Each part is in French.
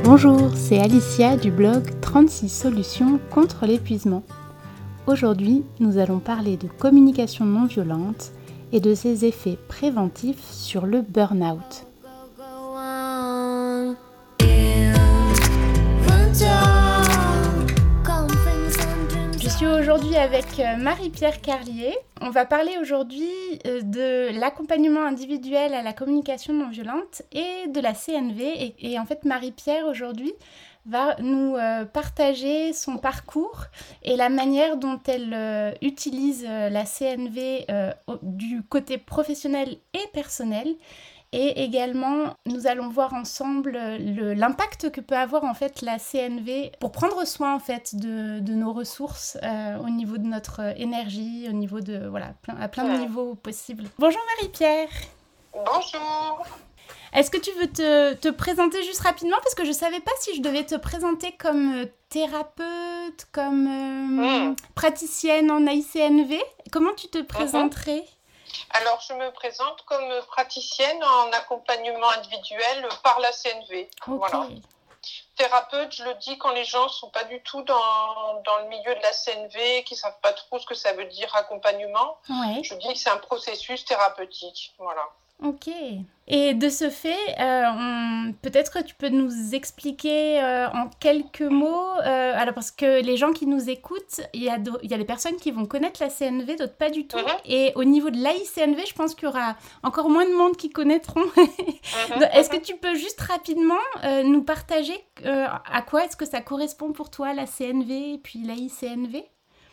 Bonjour, c'est Alicia du blog 36 solutions contre l'épuisement. Aujourd'hui, nous allons parler de communication non violente et de ses effets préventifs sur le burn-out. Je suis aujourd'hui avec Marie-Pierre Carlier. On va parler aujourd'hui de l'accompagnement individuel à la communication non violente et de la CNV. Et en fait, Marie-Pierre aujourd'hui va nous partager son parcours et la manière dont elle utilise la CNV du côté professionnel et personnel. Et également, nous allons voir ensemble l'impact que peut avoir en fait la CNV pour prendre soin en fait de nos ressources au niveau de notre énergie, au niveau de à plein de niveaux possibles. Bonjour Marie-Pierre. Bonjour. Est-ce que tu veux te présenter juste rapidement parce que je savais pas si je devais te présenter comme thérapeute, comme praticienne en AICNV. Comment tu te présenterais? Alors, je me présente comme praticienne en accompagnement individuel par la CNV. Okay. Voilà. Thérapeute, je le dis quand les gens ne sont pas du tout dans le milieu de la CNV, qui ne savent pas trop ce que ça veut dire accompagnement. Ouais. Je dis que c'est un processus thérapeutique. Voilà. Ok. Et de ce fait, peut-être que tu peux nous expliquer en quelques mots, alors parce que les gens qui nous écoutent, il y a des personnes qui vont connaître la CNV, d'autres pas du tout. Et au niveau de l'AICNV, je pense qu'il y aura encore moins de monde qui connaîtront. Est-ce que tu peux juste rapidement nous partager à quoi est-ce que ça correspond pour toi, la CNV et puis l'AICNV?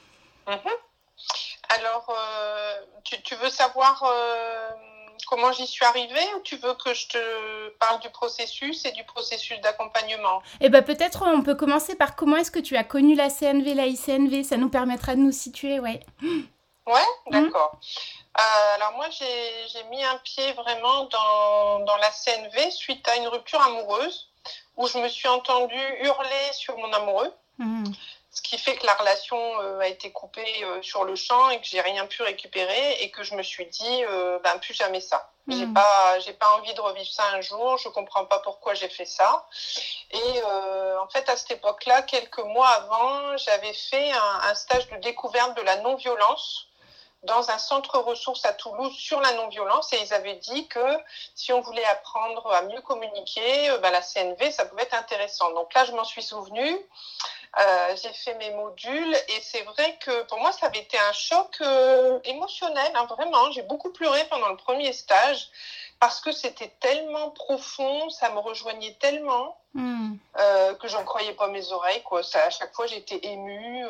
Alors, tu veux savoir comment j'y suis arrivée ou tu veux que je te parle du processus et du processus d'accompagnement? Eh bien, peut-être on peut commencer par comment est-ce que tu as connu la CNV, la ICNV, ça nous permettra de nous situer, ouais. Ouais, d'accord. Alors moi, j'ai mis un pied vraiment dans la CNV suite à une rupture amoureuse où je me suis entendue hurler sur mon amoureux. Ce qui fait que la relation a été coupée sur le champ et que j'ai rien pu récupérer et que je me suis dit plus jamais ça. J'ai pas envie de revivre ça un jour, je comprends pas pourquoi j'ai fait ça. Et en fait, à cette époque-là, quelques mois avant, j'avais fait un stage de découverte de la non-violence dans un centre ressources à Toulouse sur la non-violence, et ils avaient dit que si on voulait apprendre à mieux communiquer, la CNV, ça pouvait être intéressant. Donc là, je m'en suis souvenue. J'ai fait mes modules et c'est vrai que pour moi ça avait été un choc émotionnel, vraiment. J'ai beaucoup pleuré pendant le premier stage parce que c'était tellement profond, ça me rejoignait tellement que j'en croyais pas mes oreilles, quoi. Ça, à chaque fois j'étais émue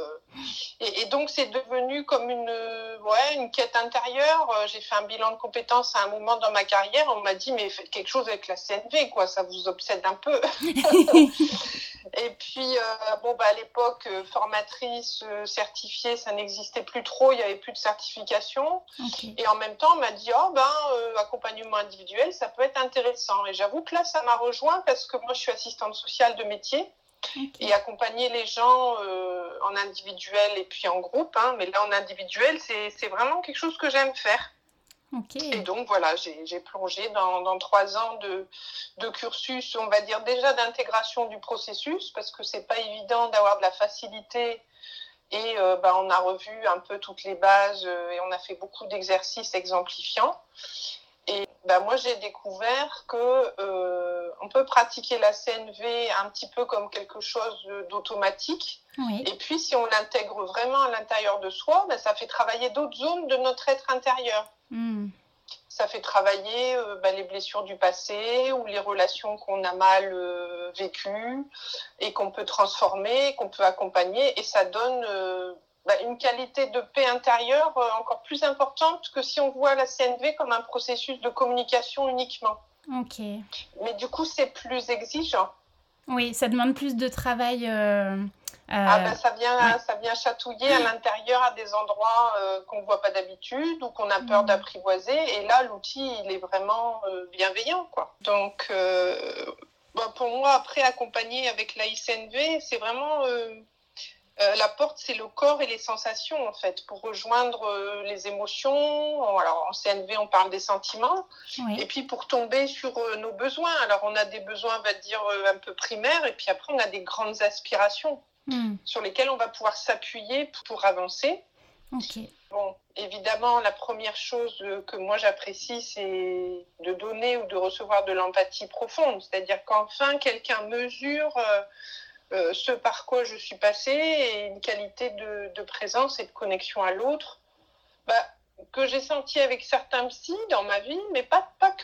et donc c'est devenu comme une quête intérieure. J'ai fait un bilan de compétences à un moment dans ma carrière, on m'a dit mais faites quelque chose avec la CNV, quoi, ça vous obsède un peu. Et puis, à l'époque, formatrice certifiée, ça n'existait plus trop, il n'y avait plus de certification. Okay. Et en même temps, on m'a dit, accompagnement individuel, ça peut être intéressant. Et j'avoue que là, ça m'a rejoint parce que moi, je suis assistante sociale de métier. Okay. Et accompagner les gens en individuel et puis en groupe, mais là, en individuel, c'est vraiment quelque chose que j'aime faire. Okay. Et donc voilà, j'ai plongé dans 3 ans de cursus, on va dire déjà d'intégration du processus, parce que c'est pas évident d'avoir de la facilité. Et on a revu un peu toutes les bases et on a fait beaucoup d'exercices exemplifiants. Et moi j'ai découvert que on peut pratiquer la CNV un petit peu comme quelque chose d'automatique. Oui. Et puis si on l'intègre vraiment à l'intérieur de soi, ça fait travailler d'autres zones de notre être intérieur. Ça fait travailler les blessures du passé ou les relations qu'on a mal vécues et qu'on peut transformer, qu'on peut accompagner, et ça donne une qualité de paix intérieure encore plus importante que si on voit la CNV comme un processus de communication uniquement. Okay. Mais du coup, c'est plus exigeant. Oui, ça demande plus de travail. Ça vient chatouiller à l'intérieur à des endroits qu'on ne voit pas d'habitude ou qu'on a peur d'apprivoiser. Et là, l'outil, il est vraiment bienveillant, quoi. Donc, pour moi, après, accompagner avec la ICNV, c'est vraiment La porte, c'est le corps et les sensations, en fait, pour rejoindre les émotions. Alors, en CNV, on parle des sentiments. Oui. Et puis, pour tomber sur nos besoins. Alors, on a des besoins, on va dire, un peu primaires. Et puis après, on a des grandes aspirations sur lesquelles on va pouvoir s'appuyer pour avancer. Ok. Bon, évidemment, la première chose que moi j'apprécie, c'est de donner ou de recevoir de l'empathie profonde. C'est-à-dire qu'enfin, quelqu'un mesure ce par quoi je suis passée et une qualité de présence et de connexion à l'autre que j'ai senti avec certains psys dans ma vie, mais pas que.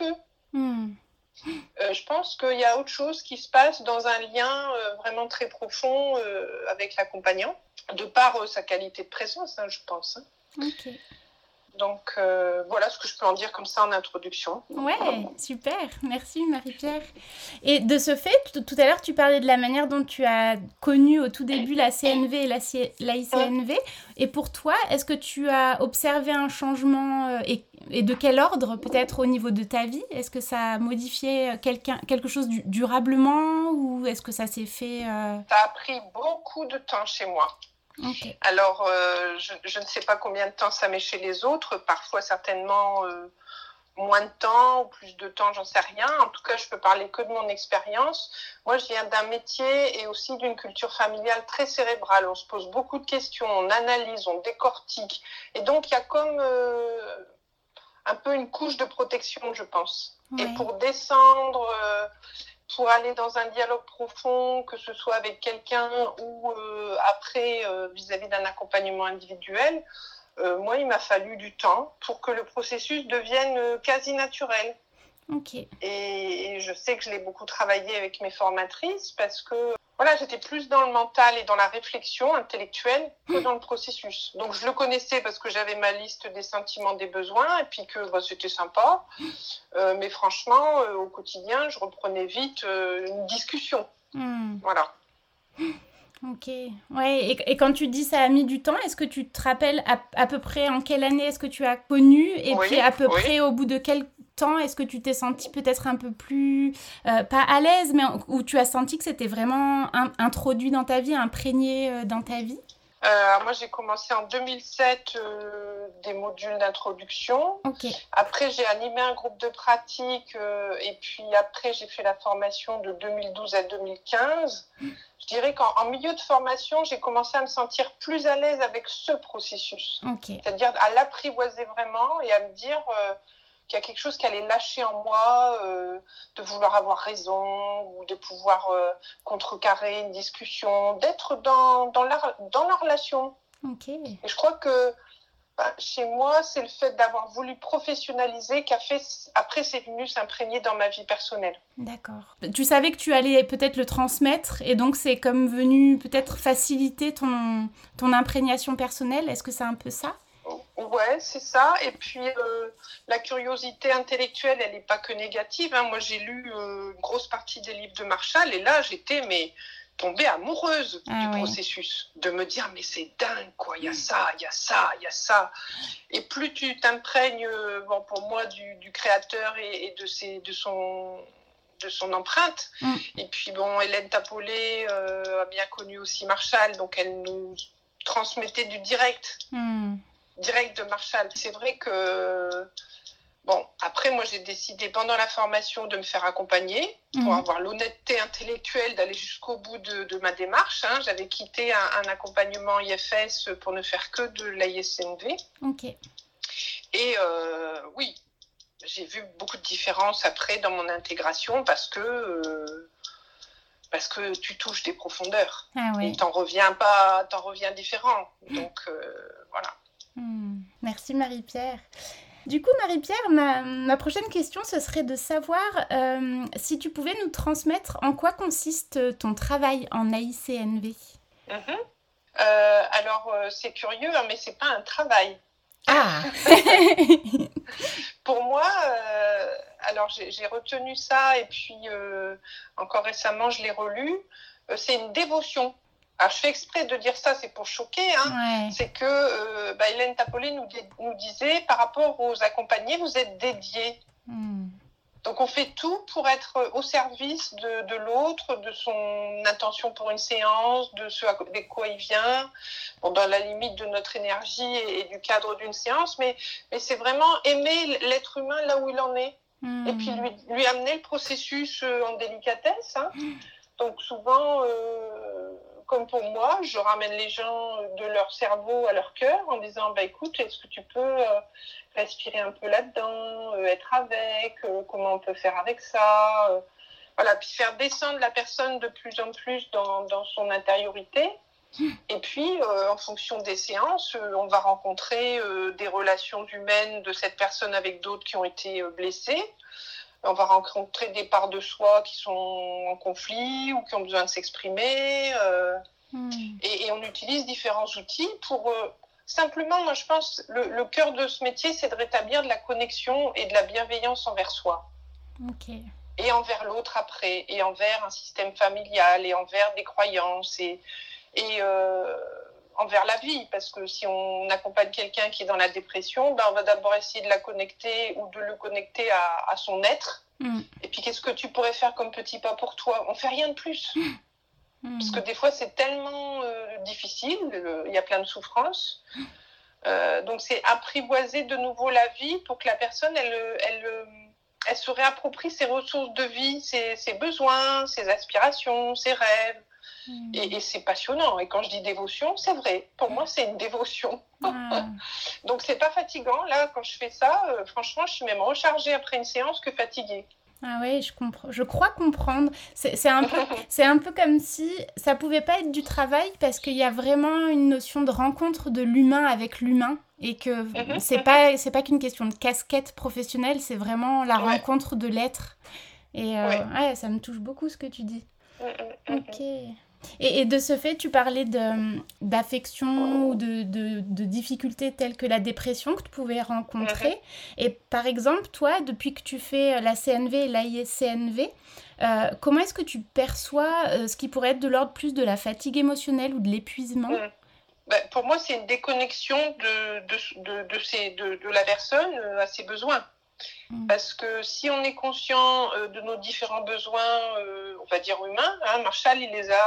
Je pense qu'il y a autre chose qui se passe dans un lien vraiment très profond avec l'accompagnant, de par sa qualité de présence, je pense. Ok. Donc, voilà ce que je peux en dire comme ça en introduction. Ouais, super. Merci Marie-Pierre. Et de ce fait, tout à l'heure, tu parlais de la manière dont tu as connu au tout début la CNV et l'AICNV. Et pour toi, est-ce que tu as observé un changement et de quel ordre, peut-être au niveau de ta vie? Est-ce que ça a modifié quelque chose durablement ou est-ce que ça s'est fait Ça a pris beaucoup de temps chez moi. Okay. Alors, je ne sais pas combien de temps ça met chez les autres, parfois certainement moins de temps ou plus de temps, j'en sais rien. En tout cas, je peux parler que de mon expérience. Moi, je viens d'un métier et aussi d'une culture familiale très cérébrale. On se pose beaucoup de questions, on analyse, on décortique. Et donc, il y a comme un peu une couche de protection, je pense. Ouais. Et pour descendre... pour aller dans un dialogue profond, que ce soit avec quelqu'un ou après vis-à-vis d'un accompagnement individuel, moi, il m'a fallu du temps pour que le processus devienne quasi naturel. Okay. Et je sais que je l'ai beaucoup travaillé avec mes formatrices parce que voilà, j'étais plus dans le mental et dans la réflexion intellectuelle que dans le processus. Donc, je le connaissais parce que j'avais ma liste des sentiments, des besoins et puis que c'était sympa. Mais franchement, au quotidien, je reprenais vite une discussion. Voilà. Ok. Ouais. Et quand tu dis ça a mis du temps, est-ce que tu te rappelles à peu près en quelle année est-ce que tu as connu et puis à peu près au bout de quel temps est-ce que tu t'es sentie peut-être un peu plus, pas à l'aise, mais où tu as senti que c'était vraiment introduit dans ta vie, imprégné dans ta vie? Moi, j'ai commencé en 2007 des modules d'introduction. Okay. Après, j'ai animé un groupe de pratique et puis après, j'ai fait la formation de 2012 à 2015. Je dirais qu'en milieu de formation, j'ai commencé à me sentir plus à l'aise avec ce processus. Okay. C'est-à-dire à l'apprivoiser vraiment et à me dire... qu'il y a quelque chose qui allait lâcher en moi, de vouloir avoir raison ou de pouvoir contrecarrer une discussion, d'être dans la relation. Okay. Et je crois que chez moi, c'est le fait d'avoir voulu professionnaliser qui a fait, après, c'est venu s'imprégner dans ma vie personnelle. D'accord. Tu savais que tu allais peut-être le transmettre et donc c'est comme venu peut-être faciliter ton imprégnation personnelle. Est-ce que c'est un peu ça ? Ouais, c'est ça. Et puis, la curiosité intellectuelle, elle n'est pas que négative. Moi, j'ai lu une grosse partie des livres de Marshall et là, j'étais tombée amoureuse du processus. De me dire, mais c'est dingue, quoi. Il y a ça, il y a ça, il y a ça. Et plus tu t'imprègnes, pour moi, du créateur et de son empreinte. Et puis, Hélène Tapolé a bien connu aussi Marshall, donc elle nous transmettait du direct. Direct de Marshall. C'est vrai que, après, moi, j'ai décidé pendant la formation de me faire accompagner pour avoir l'honnêteté intellectuelle d'aller jusqu'au bout de ma démarche. J'avais quitté un accompagnement IFS pour ne faire que de l'AISNV. Okay. Et oui, j'ai vu beaucoup de différences après dans mon intégration parce que tu touches des profondeurs. Et t'en reviens différent. Donc, voilà. Merci Marie-Pierre. Du coup, Marie-Pierre, ma prochaine question, ce serait de savoir si tu pouvais nous transmettre en quoi consiste ton travail en AICNV. Alors, c'est curieux, mais c'est pas un travail. Ah. Pour moi, alors j'ai retenu ça et puis encore récemment, je l'ai relu. C'est une dévotion. Alors, je fais exprès de dire ça, c'est pour choquer. C'est que Hélène Tapolé nous disait, par rapport aux accompagnés, vous êtes dédiés. Donc, on fait tout pour être au service de l'autre, de son intention pour une séance, de ce avec quoi il vient, bon, dans la limite de notre énergie et du cadre d'une séance, mais c'est vraiment aimer l'être humain là où il en est. Et puis lui amener le processus en délicatesse. Hein. Donc souvent, comme pour moi, je ramène les gens de leur cerveau à leur cœur en disant écoute, est-ce que tu peux respirer un peu là-dedans, être avec, comment on peut faire avec ça, voilà, puis faire descendre la personne de plus en plus dans son intériorité. Et puis, en fonction des séances, on va rencontrer des relations humaines de cette personne avec d'autres qui ont été blessées. On va rencontrer des parts de soi qui sont en conflit ou qui ont besoin de s'exprimer. Et on utilise différents outils pour... simplement, moi, je pense, le cœur de ce métier, c'est de rétablir de la connexion et de la bienveillance envers soi. Okay. Et envers l'autre après, et envers un système familial, et envers des croyances, et envers la vie, parce que si on accompagne quelqu'un qui est dans la dépression, on va d'abord essayer de la connecter ou de le connecter à son être. Et puis qu'est-ce que tu pourrais faire comme petit pas pour toi? On fait rien de plus. Parce que des fois c'est tellement difficile, il y a plein de souffrances. Donc c'est apprivoiser de nouveau la vie pour que la personne elle se réapproprie ses ressources de vie, ses besoins, ses aspirations, ses rêves. Et c'est passionnant. Et quand je dis dévotion, c'est vrai. Pour moi, c'est une dévotion. Donc, c'est pas fatigant. Là, quand je fais ça, franchement, je suis même rechargée après une séance que fatiguée. Ah oui, je comprends. Je crois comprendre. C'est un peu comme si ça pouvait pas être du travail parce qu'il y a vraiment une notion de rencontre de l'humain avec l'humain et que c'est pas qu'une question de casquette professionnelle, c'est vraiment la rencontre de l'être. Et ça me touche beaucoup ce que tu dis. Ok. Et de ce fait, tu parlais d'affection ou de difficultés telles que la dépression que tu pouvais rencontrer. Et par exemple, toi, depuis que tu fais la CNV et l'AISCNV, comment est-ce que tu perçois ce qui pourrait être de l'ordre plus de la fatigue émotionnelle ou de l'épuisement? Pour moi, c'est une déconnexion de la personne à ses besoins. Parce que si on est conscient de nos différents besoins, on va dire humains, hein, Marshall,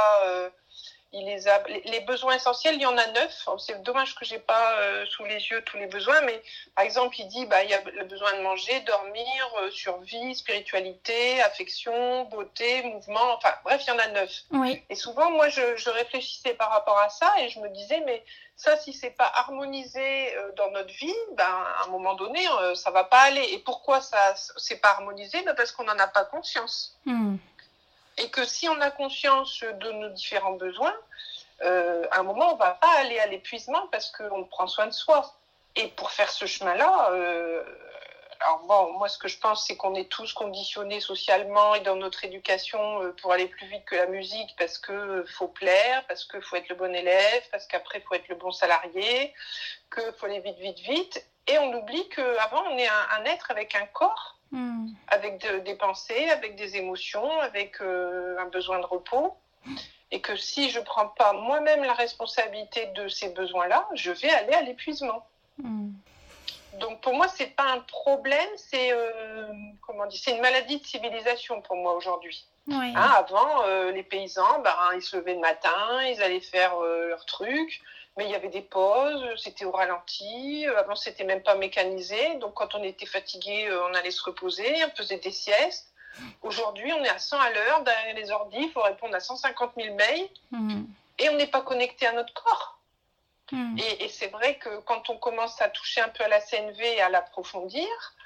les besoins essentiels, il y en a 9. C'est dommage que j'ai pas sous les yeux tous les besoins, mais par exemple, il dit, il y a le besoin de manger, dormir, survie, spiritualité, affection, beauté, mouvement, enfin, bref, il y en a 9. Oui. Et souvent, moi, je réfléchissais par rapport à ça et je me disais, mais ça, si c'est pas harmonisé dans notre vie, à un moment donné, ça va pas aller. Et pourquoi ça, c'est pas harmonisé? Parce qu'on n'en a pas conscience. Et que si on a conscience de nos différents besoins, à un moment, on ne va pas aller à l'épuisement parce qu'on prend soin de soi. Et pour faire ce chemin-là, alors bon, moi, ce que je pense, c'est qu'on est tous conditionnés socialement et dans notre éducation pour aller plus vite que la musique parce qu'il faut plaire, parce qu'il faut être le bon élève, parce qu'après, il faut être le bon salarié, qu'il faut aller vite, vite, vite. Et on oublie qu'avant, on est un être avec un corps, avec des pensées, avec des émotions, avec un besoin de repos. Et que si je ne prends pas moi-même la responsabilité de ces besoins-là, je vais aller à l'épuisement. Donc pour moi, ce n'est pas un problème, c'est une maladie de civilisation pour moi aujourd'hui. Oui. Hein, avant, les paysans, ils se levaient le matin, ils allaient faire leurs trucs. Mais il y avait des pauses, c'était au ralenti. Avant, c'était même pas mécanisé. Donc, quand on était fatigué, on allait se reposer, on faisait des siestes. Aujourd'hui, on est à 100 à l'heure derrière les ordi. Il faut répondre à 150 000 mails. Et on n'est pas connecté à notre corps. Et c'est vrai que quand on commence à toucher un peu à la CNV et à l'approfondir,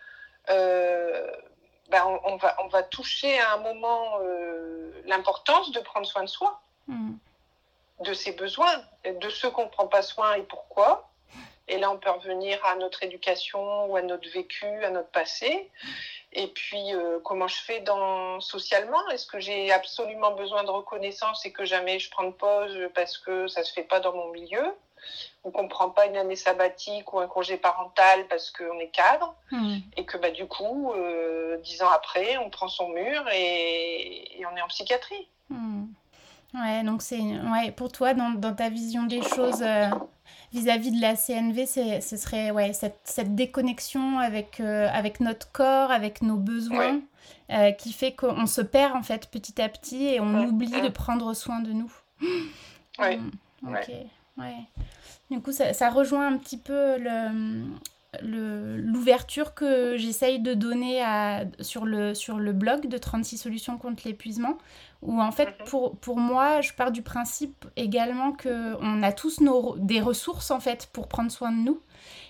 on va toucher à un moment l'importance de prendre soin de soi. De ses besoins, de ceux qu'on ne prend pas soin et pourquoi. Et là, on peut revenir à notre éducation ou à notre vécu, à notre passé. Et puis, comment je fais socialement? Est-ce que j'ai absolument besoin de reconnaissance et que jamais je prends de pause parce que ça ne se fait pas dans mon milieu? Ou qu'on ne prend pas une année sabbatique ou un congé parental parce qu'on est cadre? Et que du coup, 10 ans après, on prend son mur et on est en psychiatrie. Ouais, donc pour toi, dans ta vision des choses vis-à-vis de la CNV, ce serait cette déconnexion avec notre corps, avec nos besoins, qui fait qu'on se perd en fait petit à petit et on oublie de prendre soin de nous. Oui. Ok, ouais. Du coup, ça rejoint un petit peu l'ouverture que j'essaye de donner sur le blog de 36 solutions contre l'épuisement, où en fait, pour moi, je pars du principe également qu'on a tous des ressources en fait pour prendre soin de nous.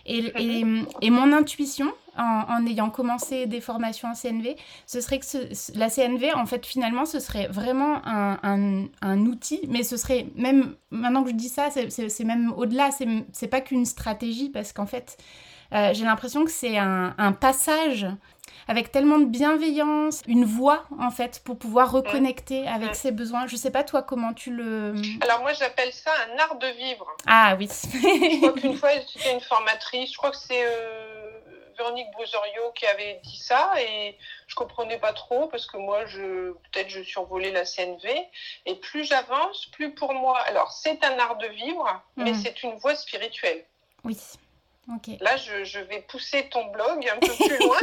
Et mon intuition, en ayant commencé des formations en CNV, ce serait que la CNV, en fait, finalement, ce serait vraiment un outil, mais ce serait même, maintenant que je dis ça, c'est même au-delà, c'est pas qu'une stratégie, parce qu'en fait, j'ai l'impression que c'est un passage avec tellement de bienveillance, une voie en fait pour pouvoir reconnecter avec ses besoins. Je sais pas toi comment tu le... Alors moi j'appelle ça un art de vivre. Ah oui. Je crois qu'une fois c'était une formatrice, je crois que c'est Véronique Bozorio qui avait dit ça et je comprenais pas trop parce que moi peut-être je survolais la CNV et plus j'avance, plus pour moi. Alors c'est un art de vivre, mais c'est une voie spirituelle. Oui. Okay. Là, je vais pousser ton blog un peu plus loin.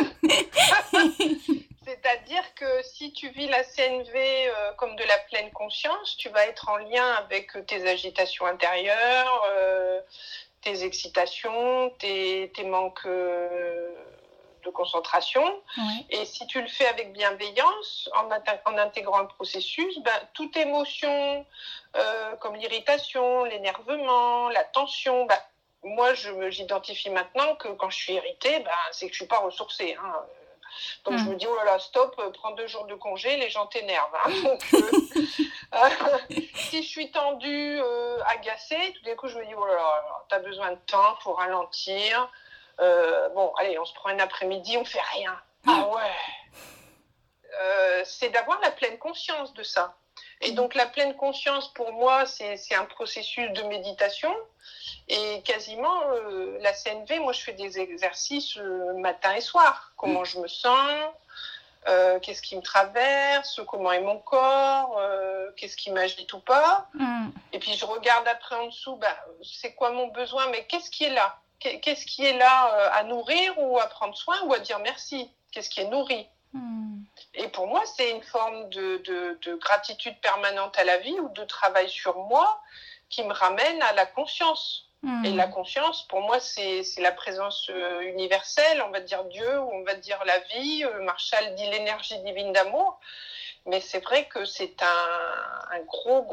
C'est-à-dire que si tu vis la CNV comme de la pleine conscience, tu vas être en lien avec tes agitations intérieures, tes excitations, tes manques de concentration. Ouais. Et si tu le fais avec bienveillance, en intégrant le processus, toute émotion, comme l'irritation, l'énervement, la tension, moi, j'identifie maintenant que quand je suis irritée, c'est que je ne suis pas ressourcée. Hein. Donc, je me dis, oh là là, stop, prends 2 jours de congé, les gens t'énervent. Hein. Donc, si je suis tendue, agacée, tout d'un coup, je me dis, oh là là, tu as besoin de temps pour ralentir. Bon, allez, on se prend un après-midi, on ne fait rien. Ah ouais. C'est d'avoir la pleine conscience de ça. Et donc, la pleine conscience, pour moi, c'est un processus de méditation. Et quasiment, la CNV, moi, je fais des exercices matin et soir. Comment je me sens, qu'est-ce qui me traverse, comment est mon corps, qu'est-ce qui m'agite ou pas. Et puis, je regarde après en dessous, c'est quoi mon besoin, mais qu'est-ce qui est là ? Qu'est-ce qui est là à nourrir ou à prendre soin ou à dire merci ? Qu'est-ce qui est nourri ? Et pour moi, c'est une forme de gratitude permanente à la vie ou de travail sur moi qui me ramène à la conscience. Et la conscience, pour moi, c'est la présence universelle, on va dire Dieu, ou on va dire la vie. Marshall dit l'énergie divine d'amour. Mais c'est vrai que c'est un gros...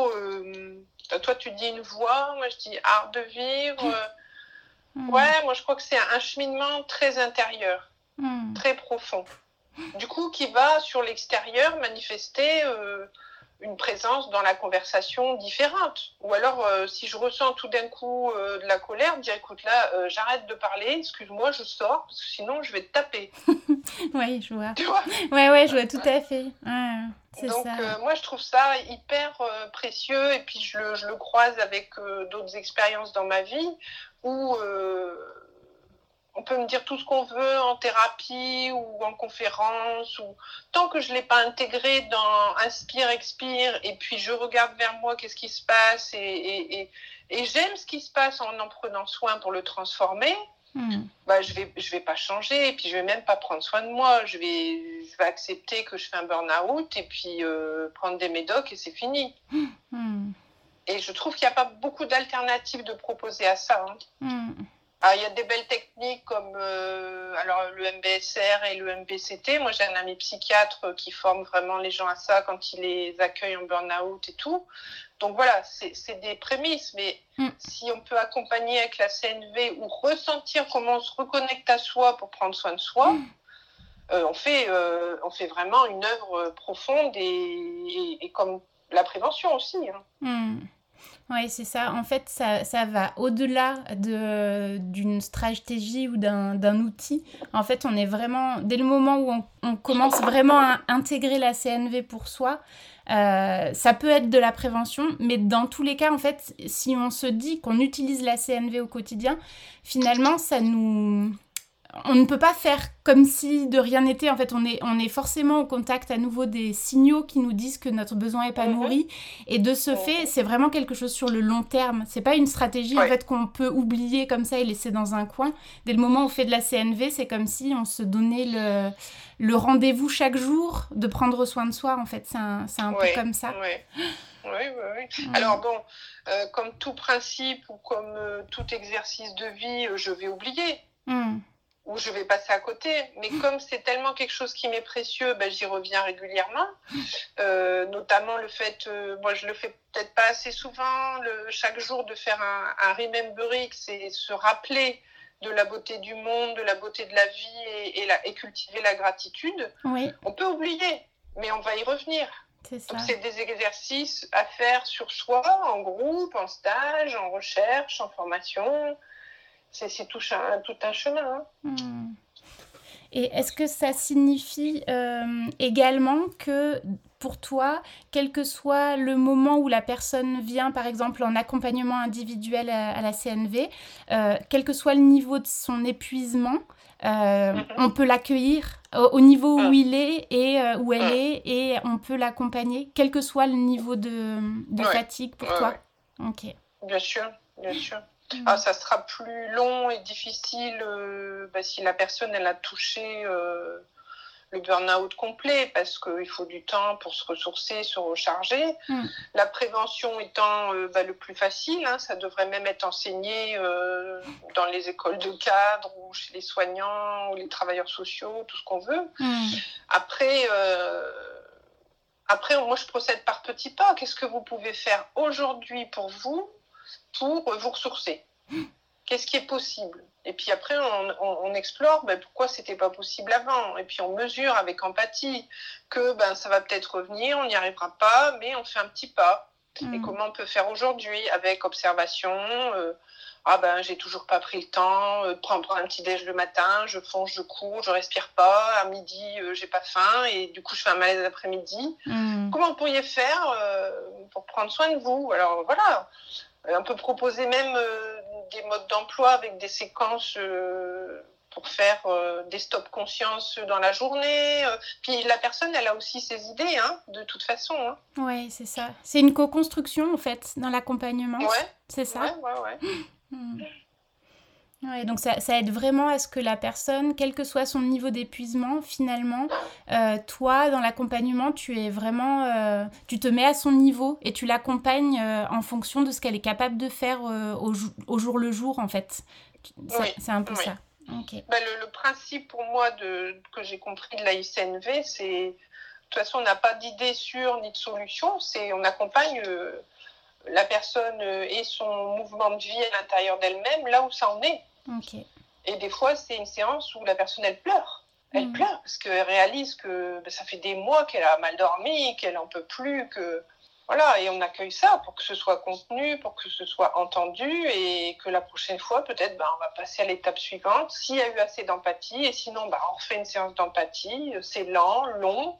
toi, tu dis une voie, moi, je dis art de vivre. Ouais, moi, je crois que c'est un cheminement très intérieur, très profond. Du coup, qui va, sur l'extérieur, manifester... une présence dans la conversation différente. Ou alors, si je ressens tout d'un coup de la colère, dire écoute là, j'arrête de parler, excuse-moi, je sors, parce que sinon je vais te taper. Oui, je vois. Tu vois ? Ouais, je vois tout à fait. Donc, moi, je trouve ça hyper précieux, et puis je le croise avec d'autres expériences dans ma vie, où on peut me dire tout ce qu'on veut en thérapie ou en conférence, ou tant que je ne l'ai pas intégré dans inspire, expire, et puis je regarde vers moi, qu'est-ce qui se passe, et j'aime ce qui se passe en prenant soin pour le transformer, je vais pas changer, et puis je vais même pas prendre soin de moi, je vais accepter que je fais un burn-out, et puis prendre des médocs, et c'est fini. Et je trouve qu'il n'y a pas beaucoup d'alternatives de proposer à ça. Hein. Alors, il y a des belles techniques comme le MBSR et le MBCT. Moi, j'ai un ami psychiatre qui forme vraiment les gens à ça quand il les accueille en burn-out et tout. Donc voilà, c'est des prémices. Mais si on peut accompagner avec la CNV ou ressentir comment on se reconnecte à soi pour prendre soin de soi, on fait vraiment une œuvre profonde et comme la prévention aussi. Hein. Oui, c'est ça. En fait, ça va au-delà d'une stratégie ou d'un outil. En fait, on est vraiment... Dès le moment où on commence vraiment à intégrer la CNV pour soi, ça peut être de la prévention, mais dans tous les cas, en fait, si on se dit qu'on utilise la CNV au quotidien, finalement, ça nous on ne peut pas faire comme si de rien n'était. En fait, on est forcément au contact à nouveau des signaux qui nous disent que notre besoin n'est pas nourri. Et de ce fait, c'est vraiment quelque chose sur le long terme. C'est pas une stratégie en fait qu'on peut oublier comme ça et laisser dans un coin. Dès le moment où on fait de la CNV, c'est comme si on se donnait le rendez-vous chaque jour de prendre soin de soi. En fait, c'est un peu comme ça. Oui. Alors bon, comme tout principe ou comme tout exercice de vie, je vais oublier. Ou je vais passer à côté, mais comme c'est tellement quelque chose qui m'est précieux, j'y reviens régulièrement, notamment le fait, moi je le fais peut-être pas assez souvent, chaque jour de faire un remembering, c'est se rappeler de la beauté du monde, de la beauté de la vie et cultiver la gratitude. On peut oublier, mais on va y revenir. Donc c'est des exercices à faire sur soi, en groupe, en stage, en recherche, en formation. C'est tout un chemin. Et est-ce que ça signifie également que pour toi, quel que soit le moment où la personne vient, par exemple en accompagnement individuel à la CNV, quel que soit le niveau de son épuisement, on peut l'accueillir au niveau où il est et où elle est, et on peut l'accompagner, quel que soit le niveau de fatigue pour toi. Ok. Bien sûr. Ça sera plus long et difficile si la personne elle a touché le burn-out complet, parce qu'il faut du temps pour se ressourcer, se recharger. La prévention étant le plus facile, ça devrait même être enseigné dans les écoles de cadre ou chez les soignants ou les travailleurs sociaux, tout ce qu'on veut. Après, moi je procède par petits pas. Qu'est-ce que vous pouvez faire aujourd'hui pour vous ressourcer? Qu'est-ce qui est possible? Et puis après, on explore pourquoi c'était pas possible avant. Et puis on mesure avec empathie que ça va peut-être revenir, on n'y arrivera pas, mais on fait un petit pas. Et comment on peut faire aujourd'hui avec observation j'ai toujours pas pris le temps de prendre un petit déj le matin, je fonce, je cours, je respire pas, à midi j'ai pas faim et du coup je fais un malaise l'après-midi. Comment vous pourriez faire pour prendre soin de vous? Alors voilà, on peut proposer même des modes d'emploi avec des séquences pour faire des stops conscience dans la journée. Puis la personne, elle a aussi ses idées, de toute façon. Oui, c'est ça. C'est une co-construction, en fait, dans l'accompagnement. C'est ça. Ouais, donc ça aide vraiment à ce que la personne, quel que soit son niveau d'épuisement, finalement, toi, dans l'accompagnement, tu es vraiment, tu te mets à son niveau et tu l'accompagnes en fonction de ce qu'elle est capable de faire au jour le jour, en fait. C'est un peu ça. Okay. Le principe pour moi que j'ai compris de la ICNV, c'est, de toute façon, on n'a pas d'idée sûre ni de solution, c'est on accompagne la personne et son mouvement de vie à l'intérieur d'elle-même, là où ça en est. Okay. Et des fois, c'est une séance où la personne, elle pleure. Elle pleure parce qu'elle réalise que ça fait des mois qu'elle a mal dormi, qu'elle n'en peut plus, que... Voilà, et on accueille ça pour que ce soit contenu, pour que ce soit entendu, et que la prochaine fois, peut-être, on va passer à l'étape suivante, s'il y a eu assez d'empathie, et sinon, on refait une séance d'empathie. C'est lent, long.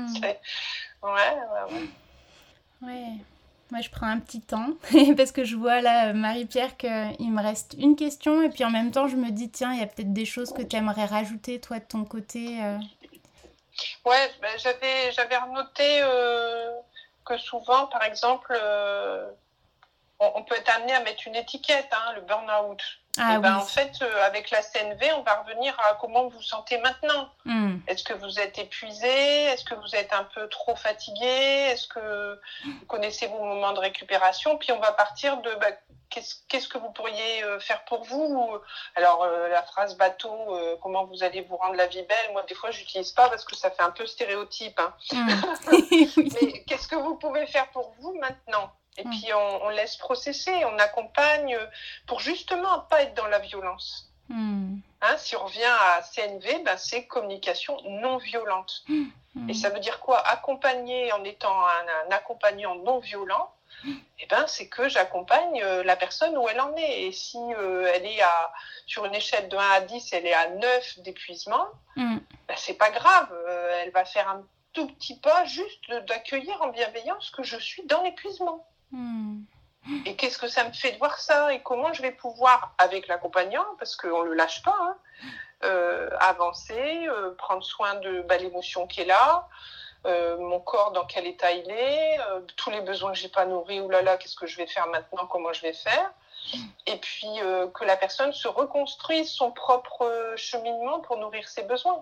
Ouais. Moi, je prends un petit temps parce que je vois là, Marie-Pierre, qu'il me reste une question et puis en même temps, je me dis, tiens, il y a peut-être des choses que tu aimerais rajouter, toi, de ton côté. Ouais, j'avais renoté que souvent, par exemple, on peut être amené à mettre une étiquette, le burn-out. En fait, avec la CNV, on va revenir à comment vous vous sentez maintenant. Est-ce que vous êtes épuisé? Est-ce que vous êtes un peu trop fatigué? Est-ce que vous connaissez vos moments de récupération? Puis on va partir de qu'est-ce que vous pourriez faire pour vous? Alors, la phrase bateau, comment vous allez vous rendre la vie belle? Moi, des fois, je n'utilise pas parce que ça fait un peu stéréotype. Mais qu'est-ce que vous pouvez faire pour vous maintenant? Et puis, on laisse processer, on accompagne pour justement pas être dans la violence. Si on revient à CNV, c'est communication non violente. Et ça veut dire quoi? Accompagner en étant un accompagnant non violent, c'est que j'accompagne la personne où elle en est. Et si elle est sur une échelle de 1 à 10, elle est à 9 d'épuisement, c'est pas grave. Elle va faire un tout petit pas juste d'accueillir en bienveillance que je suis dans l'épuisement. Et qu'est-ce que ça me fait de voir ça? Et comment je vais pouvoir, avec l'accompagnant, parce qu'on ne le lâche pas, avancer, prendre soin de l'émotion qui est là, mon corps dans quel état il est, tous les besoins que j'ai pas nourris, oulala, qu'est-ce que je vais faire maintenant, comment je vais faire, et puis que la personne se reconstruise son propre cheminement pour nourrir ses besoins.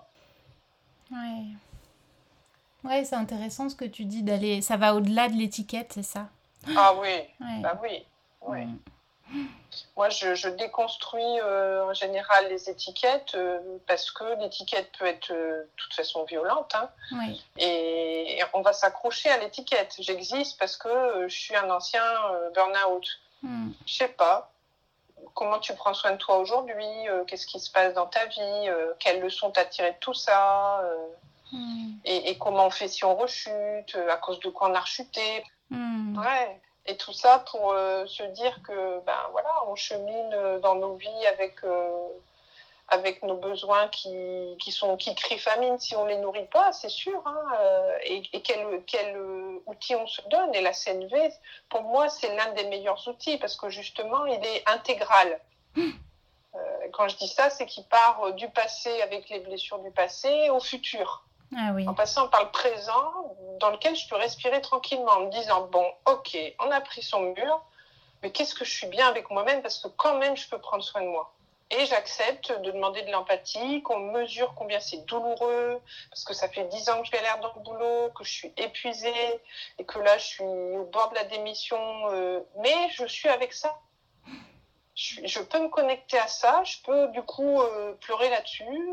Ouais, c'est intéressant ce que tu dis d'aller, ça va au-delà de l'étiquette, c'est ça? Ah oui, bah oui, ouais. Moi, je déconstruis en général les étiquettes parce que l'étiquette peut être de toute façon violente. Hein, et on va s'accrocher à l'étiquette. J'existe parce que je suis un ancien burn-out. Je sais pas. Comment tu prends soin de toi aujourd'hui? Qu'est-ce qui se passe dans ta vie? Quelles leçons t'as tirées de tout ça? Et comment on fait si on rechute? À cause de quoi on a rechuté? Ouais. Et tout ça pour se dire que on chemine dans nos vies avec nos besoins qui crient famine si on les nourrit pas, c'est sûr. Hein, et quel outil on se donne. Et la CNV, pour moi, c'est l'un des meilleurs outils parce que justement, il est intégral. Quand je dis ça, c'est qu'il part du passé avec les blessures du passé au futur. En passant par le présent, dans lequel je peux respirer tranquillement, en me disant, bon, ok, on a pris son mur, mais qu'est-ce que je suis bien avec moi-même, parce que quand même, je peux prendre soin de moi. Et j'accepte de demander de l'empathie, qu'on mesure combien c'est douloureux, parce que ça fait 10 ans que je galère dans le boulot, que je suis épuisée, et que là, je suis au bord de la démission, mais je suis avec ça. Je peux me connecter à ça, je peux du coup pleurer là-dessus,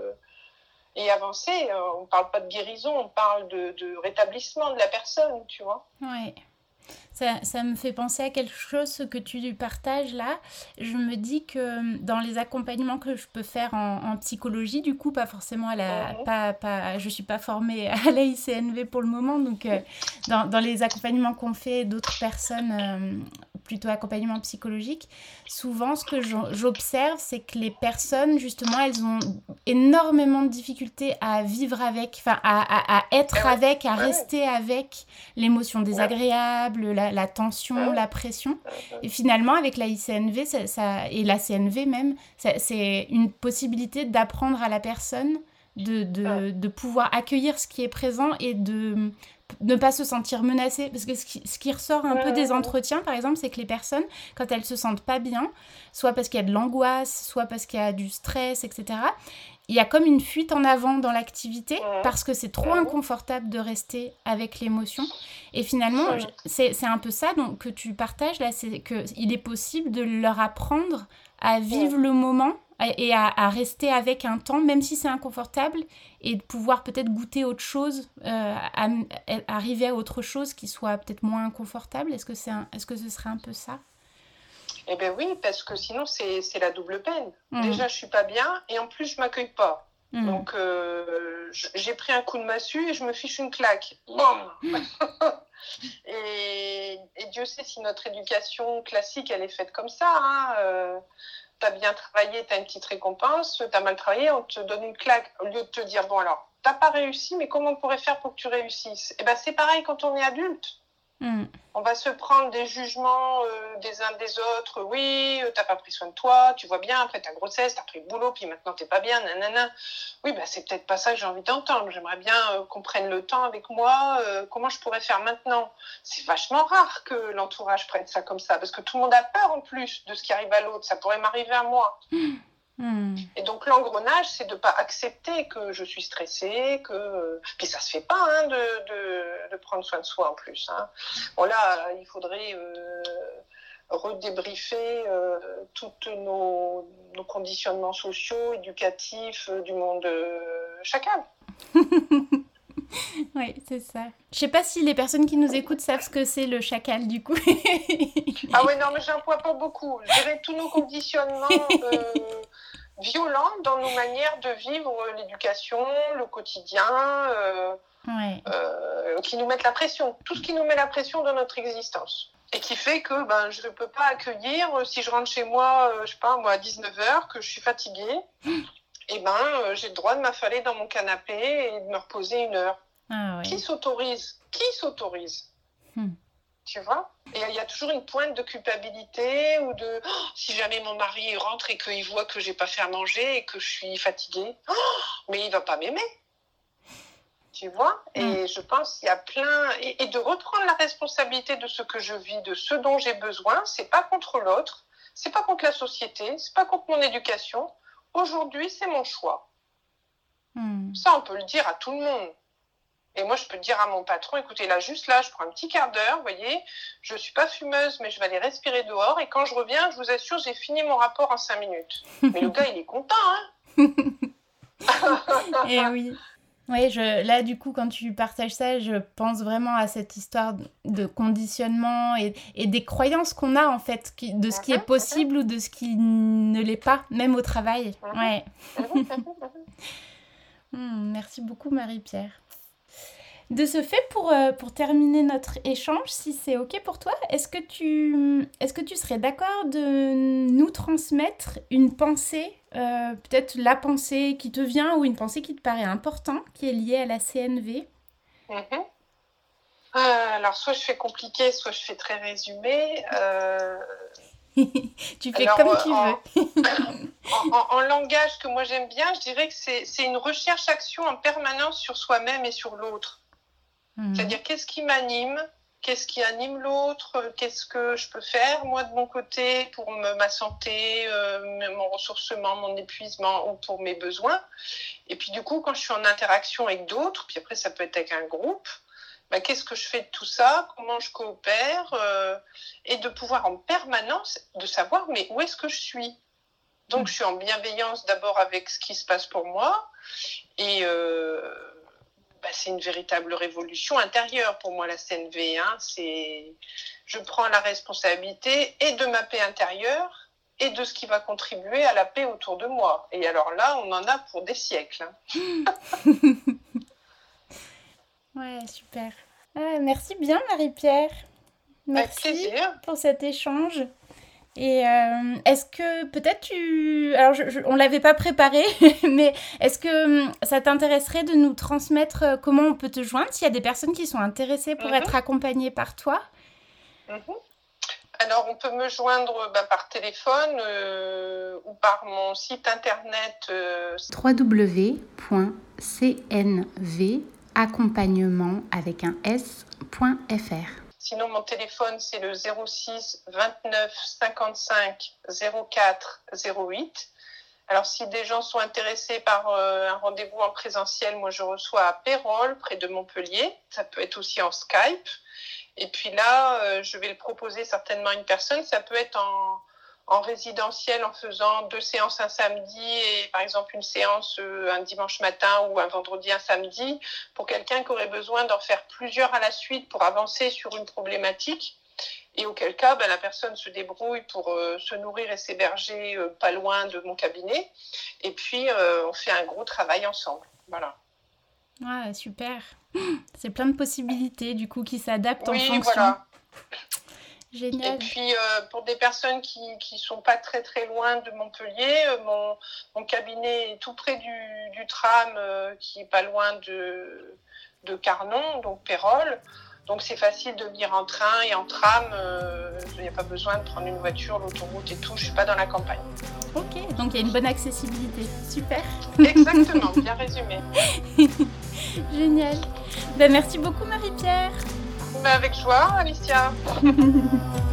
et avancer. On ne parle pas de guérison, on parle de rétablissement de la personne, tu vois. Ouais. Ça me fait penser à quelque chose que tu partages là. Je me dis que dans les accompagnements que je peux faire en psychologie, du coup, pas forcément à la... je ne suis pas formée à la ICNV pour le moment, donc dans les accompagnements qu'on fait d'autres personnes... plutôt accompagnement psychologique, souvent ce que j'observe, c'est que les personnes, justement, elles ont énormément de difficultés à vivre avec, enfin à être avec, à rester avec l'émotion désagréable, la tension, la pression. Et finalement, avec la ICNV et la CNV même, c'est une possibilité d'apprendre à la personne de pouvoir accueillir ce qui est présent et de ne pas se sentir menacée, parce que ce qui ressort un peu des entretiens, par exemple, c'est que les personnes, quand elles se sentent pas bien, soit parce qu'il y a de l'angoisse, soit parce qu'il y a du stress, etc., il y a comme une fuite en avant dans l'activité, parce que c'est trop inconfortable de rester avec l'émotion. Et finalement, c'est un peu ça donc, que tu partages là, c'est qu'il est possible de leur apprendre à vivre le moment et à rester avec un temps, même si c'est inconfortable, et de pouvoir peut-être goûter autre chose, arriver à autre chose qui soit peut-être moins inconfortable. Est-ce que ce serait un peu ça? Eh bien oui, parce que sinon c'est la double peine. Déjà, je suis pas bien, et en plus, je m'accueille pas. Donc, j'ai pris un coup de massue et je me fiche une claque. Boum. Et Dieu sait si notre éducation classique, elle est faite comme ça. Hein. T'as bien travaillé, t'as une petite récompense. T'as mal travaillé, on te donne une claque. Au lieu de te dire, bon alors, t'as pas réussi, mais comment on pourrait faire pour que tu réussisses? Eh ben c'est pareil quand on est adulte. On va se prendre des jugements des uns des autres. Oui, t'as pas pris soin de toi, tu vois bien, après ta grossesse, t'as pris le boulot, puis maintenant t'es pas bien, nanana. Oui, c'est peut-être pas ça que j'ai envie d'entendre. J'aimerais bien qu'on prenne le temps avec moi. Comment je pourrais faire maintenant? C'est vachement rare que l'entourage prenne ça comme ça, parce que tout le monde a peur en plus de ce qui arrive à l'autre. Ça pourrait m'arriver à moi. Et donc l'engrenage, c'est de pas accepter que je suis stressée, puis ça se fait pas hein, de prendre soin de soi en plus. Hein. Bon là, il faudrait redébriefer tous nos conditionnements sociaux, éducatifs du monde chacal. Oui, c'est ça. Je sais pas si les personnes qui nous écoutent savent ce que c'est le chacal, du coup. Ah ouais, non, mais j'emploie pas beaucoup. Je dirais tous nos conditionnements violents dans nos manières de vivre l'éducation, le quotidien, qui nous mettent la pression. Tout ce qui nous met la pression dans notre existence. Et qui fait que je ne peux pas accueillir, si je rentre chez moi, je sais pas, moi, à 19h, que je suis fatiguée, j'ai le droit de m'affaler dans mon canapé et de me reposer 1 heure. Ah, ouais. Qui s'autorise tu vois. Et il y a toujours une pointe de culpabilité ou de si jamais mon mari rentre et qu'il voit que j'ai pas fait à manger et que je suis fatiguée, mais il va pas m'aimer. Tu vois. Et je pense qu'il y a plein... Et de reprendre la responsabilité de ce que je vis, de ce dont j'ai besoin, c'est pas contre l'autre, c'est pas contre la société, c'est pas contre mon éducation. Aujourd'hui, c'est mon choix. Ça, on peut le dire à tout le monde. Et moi, je peux dire à mon patron, écoutez, là, juste là, je prends un petit quart d'heure, vous voyez, je suis pas fumeuse, mais je vais aller respirer dehors, et quand je reviens, je vous assure, j'ai fini mon rapport en 5 minutes. Mais le gars, il est content, hein. Eh oui. Oui, là, du coup, quand tu partages ça, je pense vraiment à cette histoire de conditionnement et des croyances qu'on a, en fait, de ce qui est possible ou de ce qui ne l'est pas, même au travail. Ouais. Merci beaucoup, Marie-Pierre. De ce fait, pour terminer notre échange, si c'est OK pour toi, est-ce que tu serais d'accord de nous transmettre une pensée, peut-être la pensée qui te vient ou une pensée qui te paraît importante, qui est liée à la CNV? Alors, soit je fais compliqué, soit je fais très résumé. Tu fais comme tu veux. En langage que moi j'aime bien, je dirais que c'est une recherche-action en permanence sur soi-même et sur l'autre. C'est-à-dire, qu'est-ce qui m'anime, qu'est-ce qui anime l'autre, qu'est-ce que je peux faire, moi, de mon côté, pour ma santé, mon ressourcement, mon épuisement ou pour mes besoins. Et puis, du coup, quand je suis en interaction avec d'autres, puis après, ça peut être avec un groupe, qu'est-ce que je fais de tout ça, comment je coopère, et de pouvoir en permanence, de savoir, mais où est-ce que je suis ? Donc, je suis en bienveillance d'abord avec ce qui se passe pour moi, et... c'est une véritable révolution intérieure pour moi, la CNV. Je prends la responsabilité et de ma paix intérieure et de ce qui va contribuer à la paix autour de moi. Et alors là, on en a pour des siècles. Ouais, super. Merci bien, Marie-Pierre. Merci pour cet échange. Et est-ce que peut-être alors on l'avait pas préparé, mais est-ce que ça t'intéresserait de nous transmettre comment on peut te joindre s'il y a des personnes qui sont intéressées pour être accompagnées par toi? Alors on peut me joindre par téléphone ou par mon site internet www.cnvaccompagnement.fr. Sinon, mon téléphone, c'est le 06 29 55 04 08. Alors, si des gens sont intéressés par un rendez-vous en présentiel, moi, je reçois à Pérols, près de Montpellier. Ça peut être aussi en Skype. Et puis là, je vais le proposer certainement à une personne. Ça peut être en résidentiel en faisant 2 séances un samedi et par exemple une séance un dimanche matin ou un vendredi, un samedi, pour quelqu'un qui aurait besoin d'en faire plusieurs à la suite pour avancer sur une problématique. Et auquel cas, la personne se débrouille pour se nourrir et s'héberger pas loin de mon cabinet. Et puis, on fait un gros travail ensemble. Voilà. Ah, super. C'est plein de possibilités, du coup, qui s'adaptent en fonction. Voilà. Génial. Et puis, pour des personnes qui ne sont pas très, très loin de Montpellier, mon cabinet est tout près du tram, qui n'est pas loin de Carnon, donc Pérols. Donc, c'est facile de venir en train et en tram. Il n'y a pas besoin de prendre une voiture, l'autoroute et tout. Je ne suis pas dans la campagne. Ok, donc il y a une bonne accessibilité. Super. Exactement, bien résumé. Génial. Merci beaucoup, Marie-Pierre. Avec joie, Alicia.